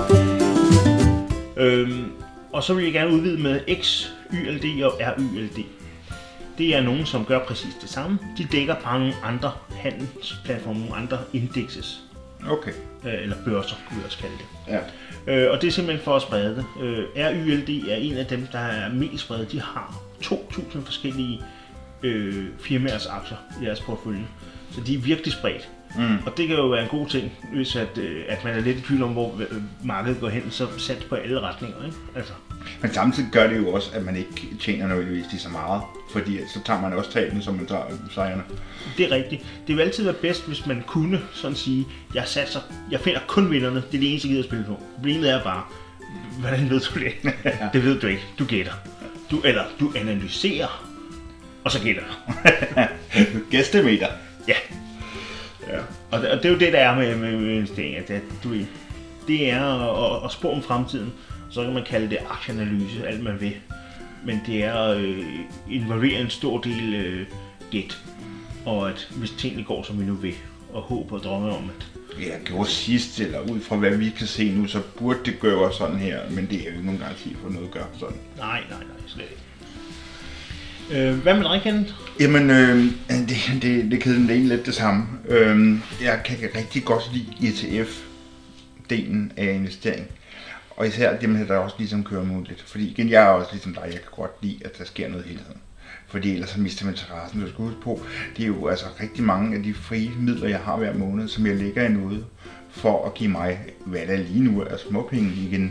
i. Og så vil jeg gerne udvide med XYLD og RYLD. Det er nogen, som gør præcis det samme. De dækker bare nogle andre handelsplatforme, nogle andre indexes. Okay. Eller børser, kunne vi også kalde det. Ja. Og det er simpelthen for at sprede det. RYLD er en af dem, der er mest spredt. De har 2.000 forskellige firmaers aktier i deres portefølje. Så de er virkelig spredt. Og det kan jo være en god ting, hvis at man er lidt i tvivl om, hvor markedet går hen, så sats på alle retninger. Ikke? Altså. Men samtidig gør det jo også, at man ikke tjener nødvendigvis lige så meget, fordi så tager man også tabene, som man tager sejrene. Det er rigtigt. Det vil altid være bedst, hvis man kunne sådan sige, jeg finder kun vinderne, det er det eneste, jeg gider at spille på. Problemet er bare, hvordan ved du det? Ja. Det ved du ikke. Du gætter. Du analyserer, og så gætter du. Gæstemeter. Ja. Og det er jo det, der er med investeringer. Det er at spå om fremtiden. Så kan man kalde det aktieanalyse, alt man vil. Men det er at involvere en stor del gæt. Og at hvis tingene går, som vi nu vil, og håbe og drømme om, at... Ja, gjorde sidst, eller ud fra hvad vi kan se nu, så burde det gøre sådan her. Men det er jo ikke nogen garanti for noget at gøre sådan. Nej, slet ikke. Hvad med dig, Kenneth? Jamen, det keder det egentlig lidt det samme. Jeg kan rigtig godt lide ETF-delen af investering. Og især dem, der også ligesom kører mod lidt. Fordi igen, jeg er også ligesom dig, jeg kan godt lide, at der sker noget hele tiden. Fordi ellers så mister man interessen. Du skal huske på, det er jo altså rigtig mange af de frie midler, jeg har hver måned, som jeg lægger i noget for at give mig, hvad der lige nu er småpenge igen.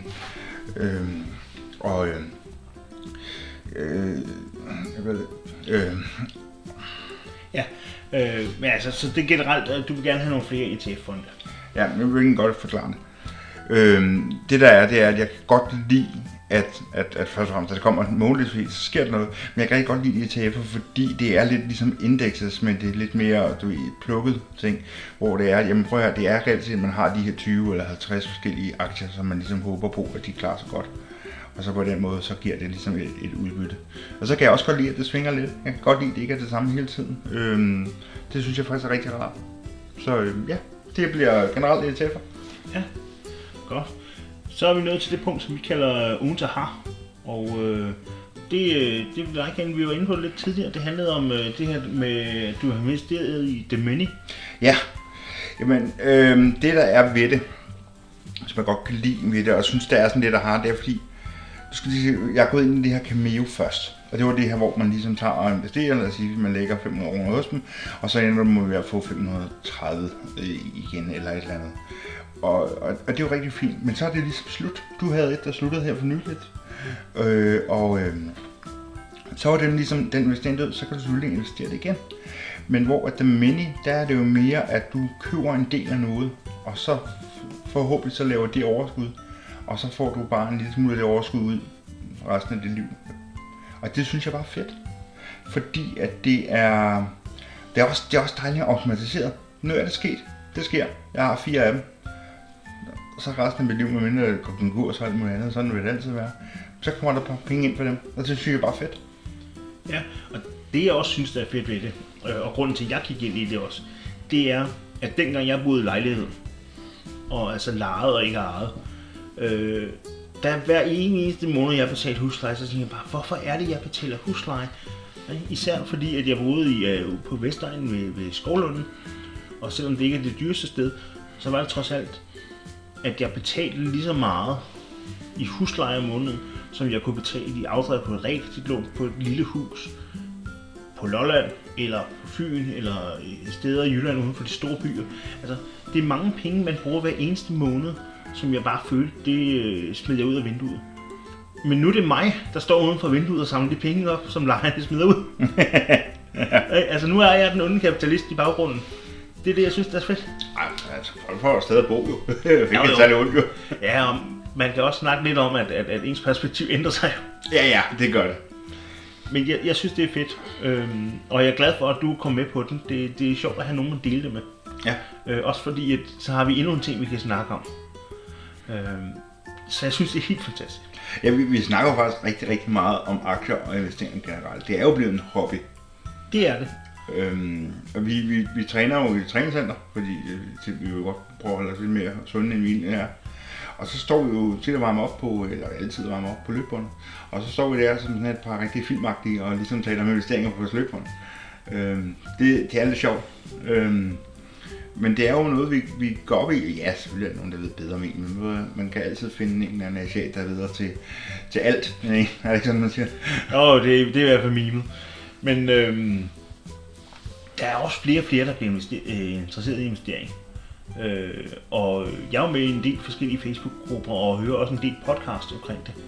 Men altså, så det er generelt, at du vil gerne have nogle flere ETF-fonde. Ja, jeg vil ikke godt forklare det. Det der er, det er, at jeg kan godt lide, at først og fremmest, at det kommer månedligvis, så sker der noget. Men jeg kan rigtig godt lide ETF'er, fordi det er lidt ligesom indexes, men det er lidt mere plukket ting, hvor det er, jamen prøv at høre, det er reelt, at man har de her 20 eller 50 forskellige aktier, som man ligesom håber på, at de klarer sig godt. Og så på den måde, så giver det ligesom et udbytte. Og så kan jeg også godt lide, at det svinger lidt. Jeg kan godt lide, at det ikke er det samme hele tiden. Det synes jeg faktisk er rigtig rart. Så ja, det bliver generelt ETF'er. Ja, godt. Så er vi nået til det punkt, som vi kalder ugens aha. Og det vi var inde på lidt tidligere. Det handlede om det her med, at du har investeret i The Many. Ja, jamen det der er ved det, som jeg godt kan lide ved det, og synes der er sådan lidt at have, det er fordi, jeg er gået ind i det her Cameo først. Og det var det her, hvor man ligesom tager og investerer, lad os sige, at man lægger 500 kroner hos dem, og så ender man med at få 530 igen, eller et eller andet. Og det er jo rigtig fint, men så er det ligesom slut. Du havde et, der sluttede her for nyligt. Så var den ligesom, den investering død, så kan du selvfølgelig investere det igen. Men hvor at The Many, der er det jo mere, at du køber en del af noget, og så forhåbentlig så laver det overskud. Og så får du bare en lille smule af det overskud ud resten af dit liv. Og det synes jeg bare er fedt. Fordi at det er også dejligt automatiseret. Nu er det sket. Det sker. Jeg har 4 af dem. Så resten af mit liv, medmindre det går konkurs og alt muligt andet, sådan vil det altid være. Så kommer der bare penge ind for dem. Og det synes jeg bare er fedt. Ja, og det jeg også synes, der er fedt ved det, og grunden til, at jeg gik ind i det også, det er, at dengang jeg boede i lejlighed, og altså lejede og ikke ejet, der hver eneste måned, jeg betalte husleje, så tænkte jeg bare, hvorfor er det, jeg betaler husleje? Især fordi, at jeg boede på Vestegnen ved Skovlunden, og selvom det ikke er det dyreste sted, så var det trods alt, at jeg betalte lige så meget i husleje om måneden, som jeg kunne betale i afdrag på et realkreditlån på et lille hus på Lolland, eller på Fyn, eller steder i Jylland uden for de store byer. Altså, det er mange penge, man bruger hver eneste måned, som jeg bare følte, det smed jeg ud af vinduet. Men nu er det mig, der står uden for vinduet og samler de penge op, som lejerne smider ud. Altså, nu er jeg den onde kapitalist i baggrunden. Det er det, jeg synes, der er fedt. Ej, altså, folk får stadig at bo jo. Det kan tage det ondt jo. Ja, og man kan også snakke lidt om, at ens perspektiv ændrer sig. Ja, det gør det. Men jeg synes, det er fedt. Og jeg er glad for, at du kom med på den. Det er sjovt at have nogen at dele det med. Ja. Også fordi, at så har vi endnu en ting, vi kan snakke om. Så jeg synes, det er helt fantastisk. Ja, vi snakker jo faktisk rigtig, rigtig meget om aktier og investeringer generelt. Det er jo blevet en hobby. Det er det. Og vi træner jo i et træningscenter, fordi vi vil godt prøve at holde os lidt mere sunde end vi er. Og så står vi jo til at varme op på, eller altid varme op på løbebåndet. Og så står vi der som sådan et par rigtig filmagtige og ligesom taler om investeringer på vores løbebånd. Det er lidt sjovt. Men det er jo noget, vi går op i. Ja, selvfølgelig er der nogen, der ved bedre om en, men man kan altid finde en eller anden asiat, der er videre til alt. Er det ikke sådan, man siger? Jo, det er i hvert fald mimet. Men der er også flere og flere, der bliver interesseret i investering. Og jeg er med i en del forskellige Facebook-grupper og hører også en del podcast omkring det.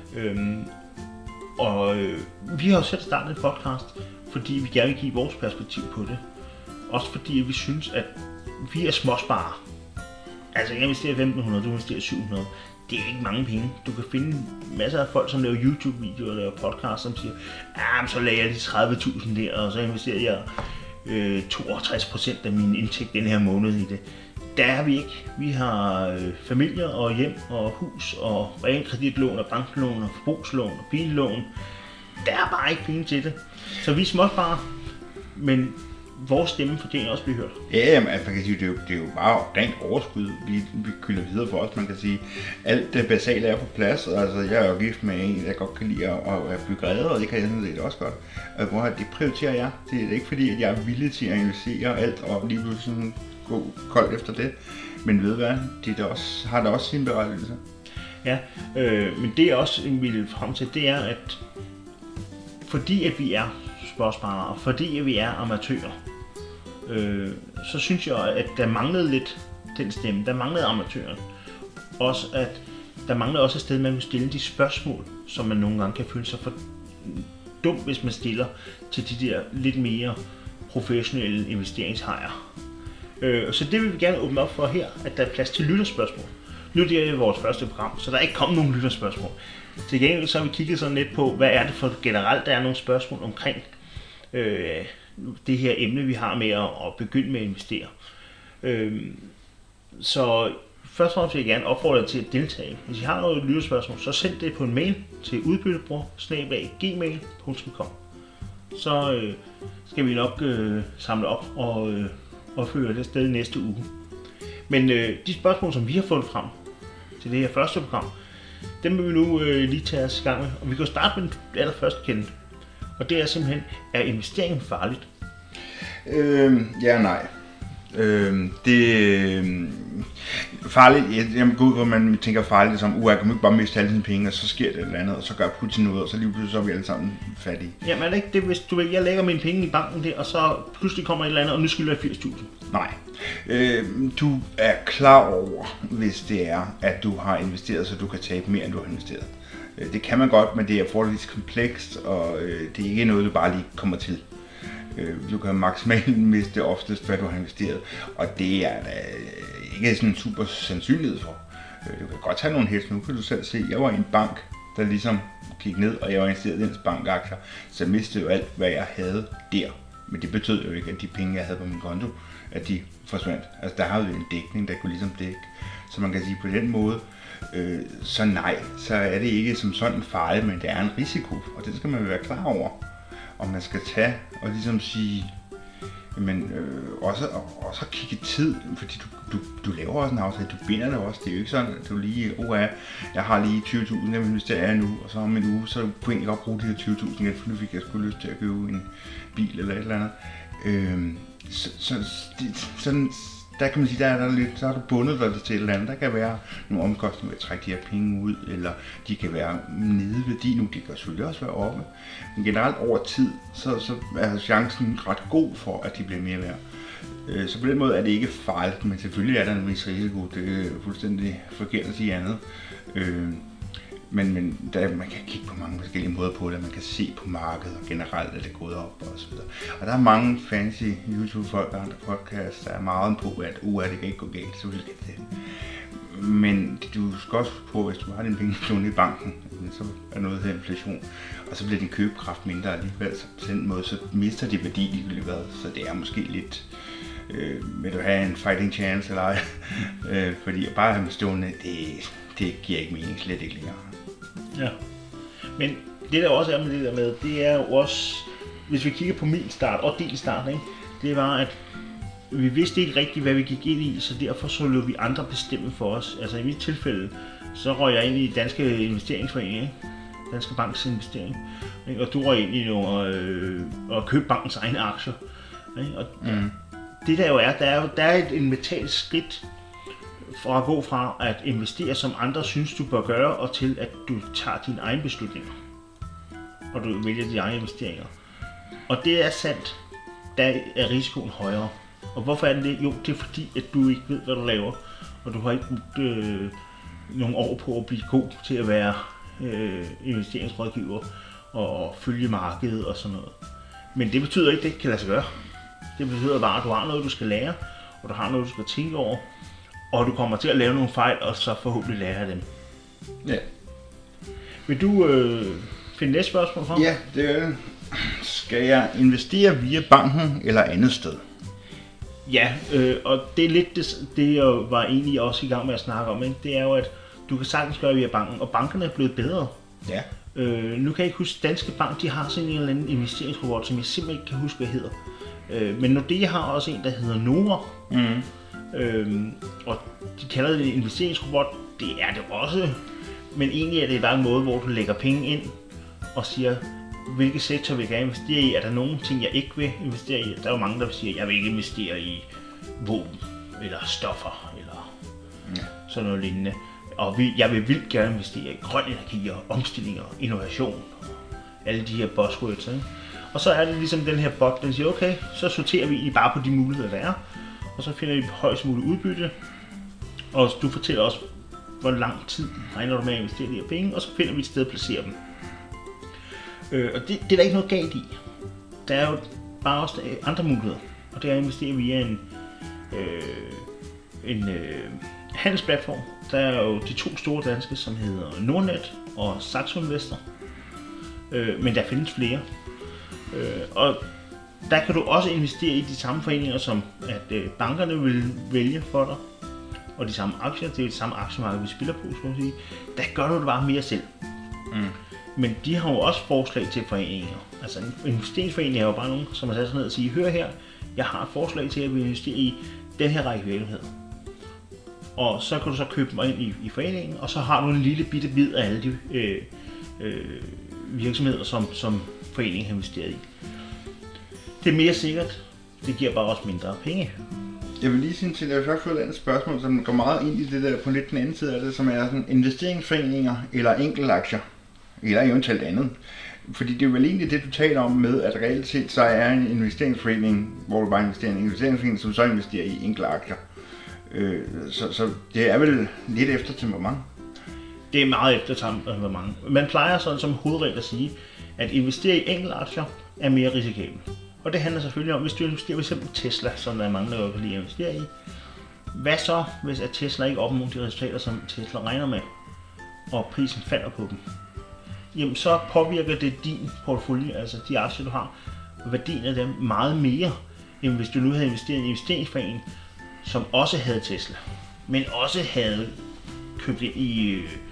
Vi har jo selv startet en podcast, fordi vi gerne vil give vores perspektiv på det. Også fordi vi synes, at vi er småsparere. Altså jeg investerer 1.500, du investerer 700. Det er ikke mange penge. Du kan finde masser af folk, som laver YouTube-videoer og laver podcasts, som siger, så lader jeg de 30.000 der, og så investerer jeg 62% af min indtægt den her måned i det. Der er vi ikke. Vi har familier og hjem og hus og realkreditlån og banklån og forbrugslån og billån. Der er bare ikke penge til det. Så vi er småsparere, men vores stemme fortjener også at blive hørt. Ja, man kan sige, det er jo bare rent overskud, vi kylder videre for os. Man kan sige, alt det basale er på plads. Altså, jeg er jo gift med en, jeg godt kan lide at bygge redder, og det kan jeg sådan set også godt. Det prioriterer jeg. Det er ikke fordi, at jeg er villig til at investere alt og lige pludselig sådan gå koldt efter det. Men ved hvad, det også, har det også sin berettigelse. Ja, men det jeg også vil frem til, det er, at fordi at vi er småsparere, og fordi at vi er amatører, så synes jeg, at der manglede lidt den stemme. Der manglede amatøren. Også at der manglede også et sted, man kunne stille de spørgsmål, som man nogle gange kan føle sig for dum, hvis man stiller til de der lidt mere professionelle investeringshajer. Så det vil vi gerne åbne op for her, at der er plads til lytterspørgsmål. Nu er det vores første program, så der er ikke kommet nogen lytterspørgsmål. Til gengæld så har vi kigget sådan lidt på, hvad er det for generelt, der er nogle spørgsmål omkring det her emne, vi har med at begynde med at investere. Så først og fremmest vil jeg gerne opfordre jer til at deltage. Hvis I har noget lytterspørgsmål, så send det på en mail til udbyttebror@gmail.com. Så skal vi nok samle op og føre det sted næste uge. Men de spørgsmål, som vi har fundet frem til det her første program, dem vil vi nu lige tage os i gang med. Og vi kan starte med den allerførste kendte. Og det er simpelthen, er investeringen farligt? Ja og nej. Det farligt, jeg går ud på, at man tænker farligt som, jeg kan ikke bare miste alle sine penge, og så sker det et eller andet, og så gør Putin noget, og så lige pludselig så er vi alle sammen fattige. Jamen er det ikke det, hvis du vil, jeg lægger mine penge i banken der, og så pludselig kommer et eller andet, og nu skylder jeg 80.000? Nej. Du er klar over, hvis det er, at du har investeret, så du kan tabe mere, end du har investeret. Det kan man godt, men det er forholdsvis komplekst, og det er ikke noget, du bare lige kommer til. Du kan maksimalt miste oftest, hvad du har investeret, og det er da ikke sådan en super sandsynlighed for. Du kan godt have nogle hest, nu kan du selv se, jeg var i en bank, der ligesom gik ned, og jeg var investeret i dens bankaktier, så jeg mistede jo alt, hvad jeg havde der. Men det betød jo ikke, at de penge, jeg havde på min konto, at de forsvandt. Altså der har jo en dækning, der kunne ligesom dække. Så man kan sige på den måde, så nej, så er det ikke som sådan farligt, men det er en risiko, og det skal man være klar over. om man skal tage og ligesom sige, men også kigge tid, fordi du laver også en aftale, du binder det også. Det er jo ikke sådan, at du lige, jeg har lige 20.000, jeg vil investere nu, og så om en uge, så kunne jeg godt bruge de her 20.000 igen, for nu fik jeg sgu lyst til at købe en bil eller et eller andet. Sådan, der kan man sige, så har du bundet dig til et eller andet. Der kan være nogle omkostninger ved at trække de her penge ud, eller de kan være nede ved værdi nu, de kan selvfølgelig også være oppe. Men generelt over tid, så er chancen ret god for, at de bliver mere værd. Så på den måde er det ikke farligt, men selvfølgelig er der en vis risiko. Det er fuldstændig forkert at sige andet. Men man kan kigge på mange forskellige måder på det. Man kan se på markedet, og generelt er det gået op og så videre. Og der er mange fancy YouTube-folk og andre podcasts, der er meget på, at det kan ikke gå galt, selvfølgelig kan det. Men du skal også på, hvis du har dine penge i banken, så er noget af inflation, og så bliver din købekraft mindre alligevel. Så på den måde, så mister de værdi ligegyldigt hvad. Så det er måske lidt, vil du have en fighting chance eller ej? Fordi at bare have dem stående, det giver ikke mening, slet ikke længere. Ja, men det der også er med det der med, det er jo også, hvis vi kigger på min start og din start, ikke? Det var, at vi vidste ikke rigtigt, hvad vi gik ind i, så derfor så lod vi andre bestemme for os. Altså i mit tilfælde, så røg jeg ind i Danske Investeringsforening, ikke? Danske Banks investering, ikke? Og du røg ind i nogle og købte bankens egne aktier, ikke? Og det der jo er, der er et mentalt skridt for at gå fra at investere, som andre synes, du bør gøre, og til at du tager dine egne beslutninger, og du vælger dine egne investeringer. Og det er sandt, der er risikoen højere. Og hvorfor er det? Jo, det er fordi, at du ikke ved, hvad du laver, og du har ikke brugt nogle år på at blive god til at være investeringsrådgiver og følge markedet og sådan noget. Men det betyder ikke, at det ikke kan lade sig gøre. Det betyder bare, at du har noget, du skal lære, og du har noget, du skal tænke over, og du kommer til at lave nogle fejl, og så forhåbentlig lære af dem. Ja. Vil du finde næste spørgsmål frem? Ja, det er, skal jeg investere via banken eller andet sted? Ja, og det er lidt det, jeg var egentlig også i gang med at snakke om, ikke? Det er jo, at du kan sagtens gøre via banken, og bankerne er blevet bedre. Ja. Nu kan jeg ikke huske, Danske Bank, de har sådan en eller anden investeringsrapport, som jeg simpelthen ikke kan huske, hvad hedder. Men Nordea har også en, der hedder Nora. Og de kalder det en investeringsrapport. Det er det også. Men egentlig er det bare en måde, hvor du lægger penge ind og siger, hvilke sektor vil jeg gerne investere i? Er der nogle ting, jeg ikke vil investere i? Der er jo mange, der siger, at jeg vil ikke investere i våben eller stoffer eller sådan noget lignende. Og jeg vil vildt gerne investere i grøn energi og omstilling og innovation. Alle de her buzzwords. Ikke? Og så er det ligesom den her bot, den siger, okay, så sorterer vi egentlig bare på de muligheder, der er. Og så finder vi højst muligt udbytte. Og du fortæller også, hvor lang tid regner du med at investere de her penge, og så finder vi et sted at placere dem. Og det er der ikke noget galt i. Der er jo bare også andre muligheder. Og det er at investere via en handelsplatform. Der er jo de to store danske, som hedder Nordnet og Saxo Investor. Men der findes flere. Og der kan du også investere i de samme foreninger, som at bankerne vil vælge for dig. Og de samme aktier, det er det samme aktiemarked, vi spiller på, skal man sige. Der gør du det bare mere selv. Men de har jo også forslag til foreninger. Altså en investeringsforening er jo bare nogen, som har sat sig ned og siger, hør her, jeg har et forslag til, at vi investerer i den her række virksomheder. Og så kan du så købe mig ind i foreningen, og så har du en lille bitte bid af alle de virksomheder, som foreningen har investeret i. Det er mere sikkert, det giver bare også mindre penge. Jeg vil lige sige til, at jeg har fået et andet spørgsmål, som går meget ind i det der på lidt den anden side af det, som er sådan investeringsforeninger eller enkeltaktier, eller eventuelt andet. Fordi det er vel egentlig det, du taler om med, at reelt set så er en investeringsforening, hvor du bare investerer i en investeringsforening, som så investerer i enkelte aktier. Så det er vel lidt efter temperament? Det er meget efter temperament. Man plejer sådan som hovedregel at sige, at investere i enkelte aktier er mere risikabelt. Og det handler selvfølgelig om, hvis du investerer i f.eks. Tesla, som der er mange, der kan lide at investere i. Hvad så, hvis at Tesla ikke opnår de resultater, som Tesla regner med, og prisen falder på dem? Jamen så påvirker det din portefølje, altså de aktier, du har, og værdien af dem meget mere, end hvis du nu havde investeret i en investeringsforening, som også havde Tesla, men også havde købt ind i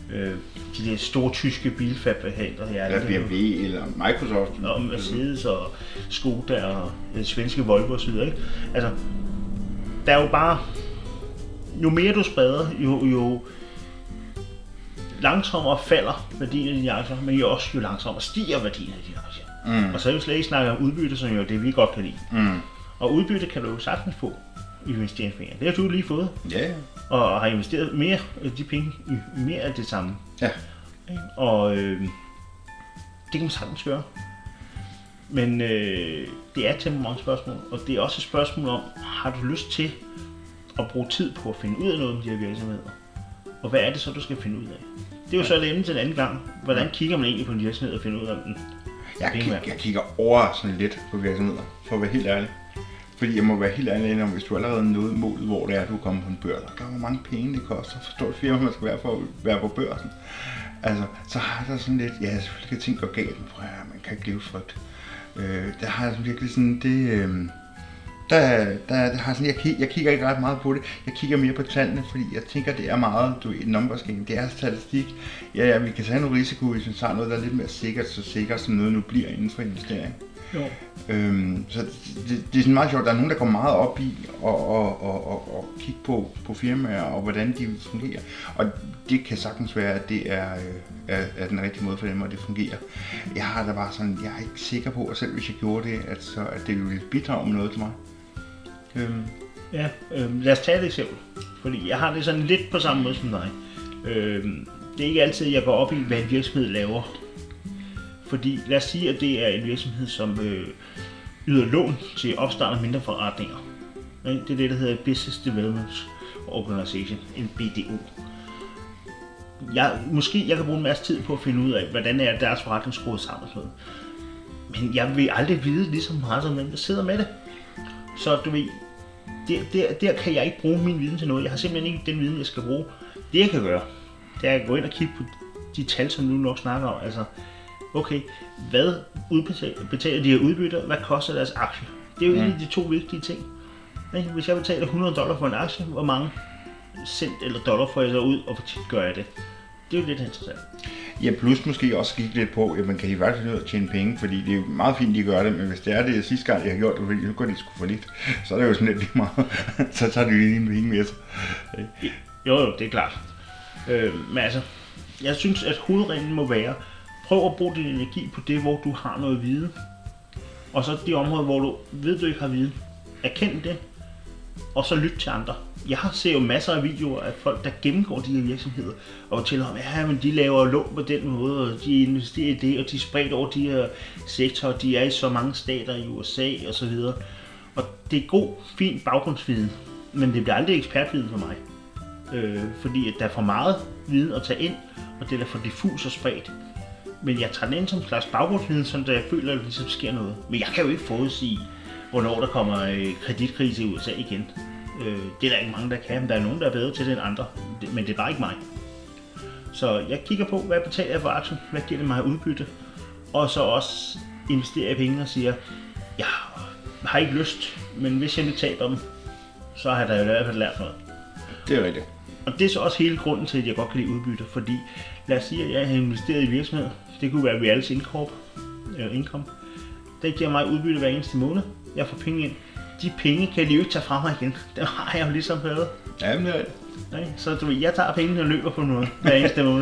de der store tyske bilfabrikanter. Eller BMW eller Microsoft. Og Mercedes og Skoda og svenske Volvo osv. Altså, der er jo bare, jo mere du spreder, jo langsommere falder værdien af dine aktier, men jo langsommere stiger værdien af dine aktier. Og så er vi slet ikke snakket om udbytte, som jo det vi godt kan lide. Og udbytte kan du jo sagtens få i investeringspenge. Det har du lige fået. Ja. Og har investeret mere af de penge i mere af det samme. Ja. Og det kan man sagtens gøre. Men det er et temperamentsspørgsmål, og det er også et spørgsmål om, har du lyst til at bruge tid på at finde ud af noget om de her virksomheder? Og hvad er det så, du skal finde ud af? Det er jo så et emne til en anden gang. Hvordan kigger man egentlig på en virksomhed og finder ud af dem? Jeg kigger overraskende lidt på virksomheder, for at være helt ærlig. Fordi jeg må være helt ærlig om, hvis du allerede nåede målet, hvor det er, du er kommet på en børs, og hvor mange penge det koster for stort firma, man skal være for at være på børsen. Altså, så har der sådan lidt, ja, selvfølgelig kan ting gå galt, men man kan ikke leve frygt. Der har jeg sådan virkelig sådan, der har sådan, jeg kigger ikke ret meget på det. Jeg kigger mere på tallene, fordi jeg tænker, det er meget, et numbers game. Det er statistik. Ja, vi kan tage noget risiko, hvis vi tager noget, der er lidt mere sikkert, så sikkert som noget nu bliver inden for investering. Jo. Så det er sådan meget sjovt. Der er nogen, der går meget op i og kigge på firmaer og hvordan de fungerer. Og det kan sagtens være, at det er den rigtige måde for dem, at det fungerer. Jeg har da bare sådan, jeg er ikke sikker på, at selv hvis jeg gjorde det, at det ville bidrage med noget til mig. Lad os tage et eksempel. Fordi jeg har det sådan lidt på samme måde som dig. Det er ikke altid, jeg går op i, hvad en virksomhed laver. Fordi lad os sige, at det er en virksomhed, som yder lån til opstart af mindre forretninger. Det er det, der hedder Business Development Organization, en BDO. Jeg kan bruge en masse tid på at finde ud af, hvordan er deres forretning skruet sammen med. Men jeg vil aldrig vide lige så meget som dem, der sidder med det. Så du ved, der kan jeg ikke bruge min viden til noget. Jeg har simpelthen ikke den viden, jeg skal bruge. Det jeg kan gøre, det er at gå ind og kigge på de tal, som du nok snakker om. Altså, okay, hvad betaler de her udbytter? Hvad koster deres aktie? Det er jo egentlig de to vigtige ting. Hvis jeg betaler $100 for en aktie, hvor mange cent eller dollar får jeg så ud, og hvor tit gør jeg det? Det er jo lidt interessant. Ja, plus måske også kigge lidt på, at man kan i hvert fald tjene penge, fordi det er jo meget fint, de gør det, men hvis det er det sidste gang, jeg har gjort det, fordi nu går de sgu for lidt, så er det jo sådan lidt lige meget. Så tager de jo lige en penge med sig. Jo, det er klart. Men altså, jeg synes, at hovedreglen må være, prøv at bruge din energi på det, hvor du har noget viden. Og så de områder, hvor du ved, du ikke har viden. Erkend det, og så lyt til andre. Jeg ser jo masser af videoer af folk, der gennemgår de her virksomheder, og fortæller om, ja, men de laver lån på den måde, og de investerer i det, og de er spredt over de her sektorer, de er i så mange stater i USA og så videre. Og det er god, fin baggrundsviden, men det bliver aldrig ekspertviden for mig. Fordi at der er for meget viden at tage ind, og det er for diffus og spredt. Men jeg tager den ind som en slags baggrundsviden, så jeg føler, at der ligesom sker noget. Men jeg kan jo ikke forudsige, hvornår der kommer kreditkrise i USA igen. Det er der ikke mange, der kan, men der er nogen, der er bedre til det end andre. Men det er bare ikke mig. Så jeg kigger på, hvad betaler jeg for aktien, hvad giver det mig udbytte, og så også investerer jeg penge og siger, jeg har ikke lyst, men hvis jeg nu taber dem, så har jeg da i hvert fald lært noget. Det er rigtigt. Og det er så også hele grunden til, at jeg godt kan lide udbytte, fordi lad os sige, at jeg har investeret i virksomheder. Det kunne være Reality Income. Det giver mig udbytte hver eneste måned. Jeg får penge ind. De penge kan de jo ikke tage fra mig igen. Dem har jeg jo ligesom fået. Ja, men det er det. Så du ved, jeg tager pengene og løber på noget hver eneste måned.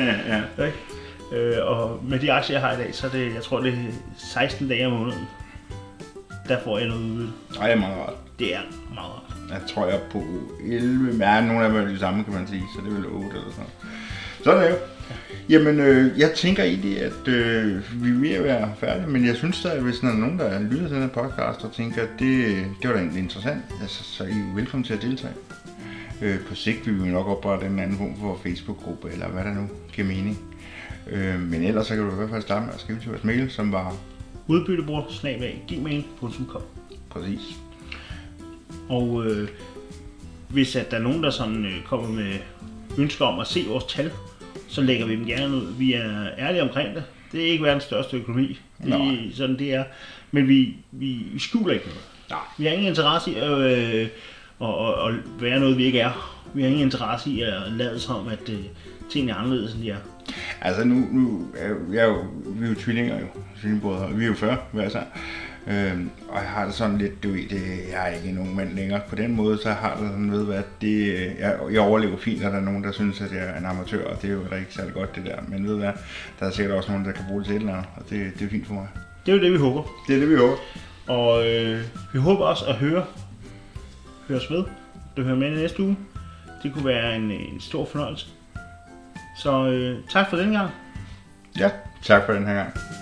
Ja. Og med de aktier, jeg har i dag, så er det, jeg tror, det er 16 dage om måneden. Der får jeg noget udbytte. Nej, det er meget rart. Det er meget rart. Jeg tror, jeg er på 11, men nogle af dem er de samme, kan man sige, så det er vel 8 eller sådan. Så er det jo. Jamen, jeg tænker egentlig, at vi er ved at være færdige, men jeg synes da, at hvis der er nogen, der lytter til den her podcast og tænker, at det var da egentlig interessant, altså, så er I jo velkommen til at deltage. På sigt vil vi nok oprette en anden form for Facebook-gruppe, eller hvad der nu giver mening. Men ellers så kan du i hvert fald starte med at skrive til vores mail, som var udbyttebror@gmail.com. Præcis. Og hvis at der er nogen, der sådan kommer med ønsker om at se vores tal, så lægger vi dem gerne ud. Vi er ærlige omkring det. Det er ikke verdens største økonomi. Det er sådan det er. Men vi skjuler ikke noget. Nej. Vi har ingen interesse i at og være noget, vi ikke er. Vi har ingen interesse i at lade som, at tingene er anderledes, end de er. Altså nu vi er jo tvillinger jo, tvillingebrødre, og vi er jo 40 hver især. Og jeg har det sådan lidt, du ved, jeg er ikke nogen mand længere. På den måde, så har det sådan, ved hvad, jeg overlever fint, og der er nogen, der synes, at jeg er en amatør, og det er jo ikke særlig godt det der. Men ved hvad, der er sikkert også nogen, der kan bruge det til et eller andet, og det er fint for mig. Det er jo det, vi håber. Det er det, vi håber. Og vi håber også at høres ved. Du hører med i næste uge. Det kunne være en stor fornøjelse. Så tak for den gang. Ja, tak for den her gang.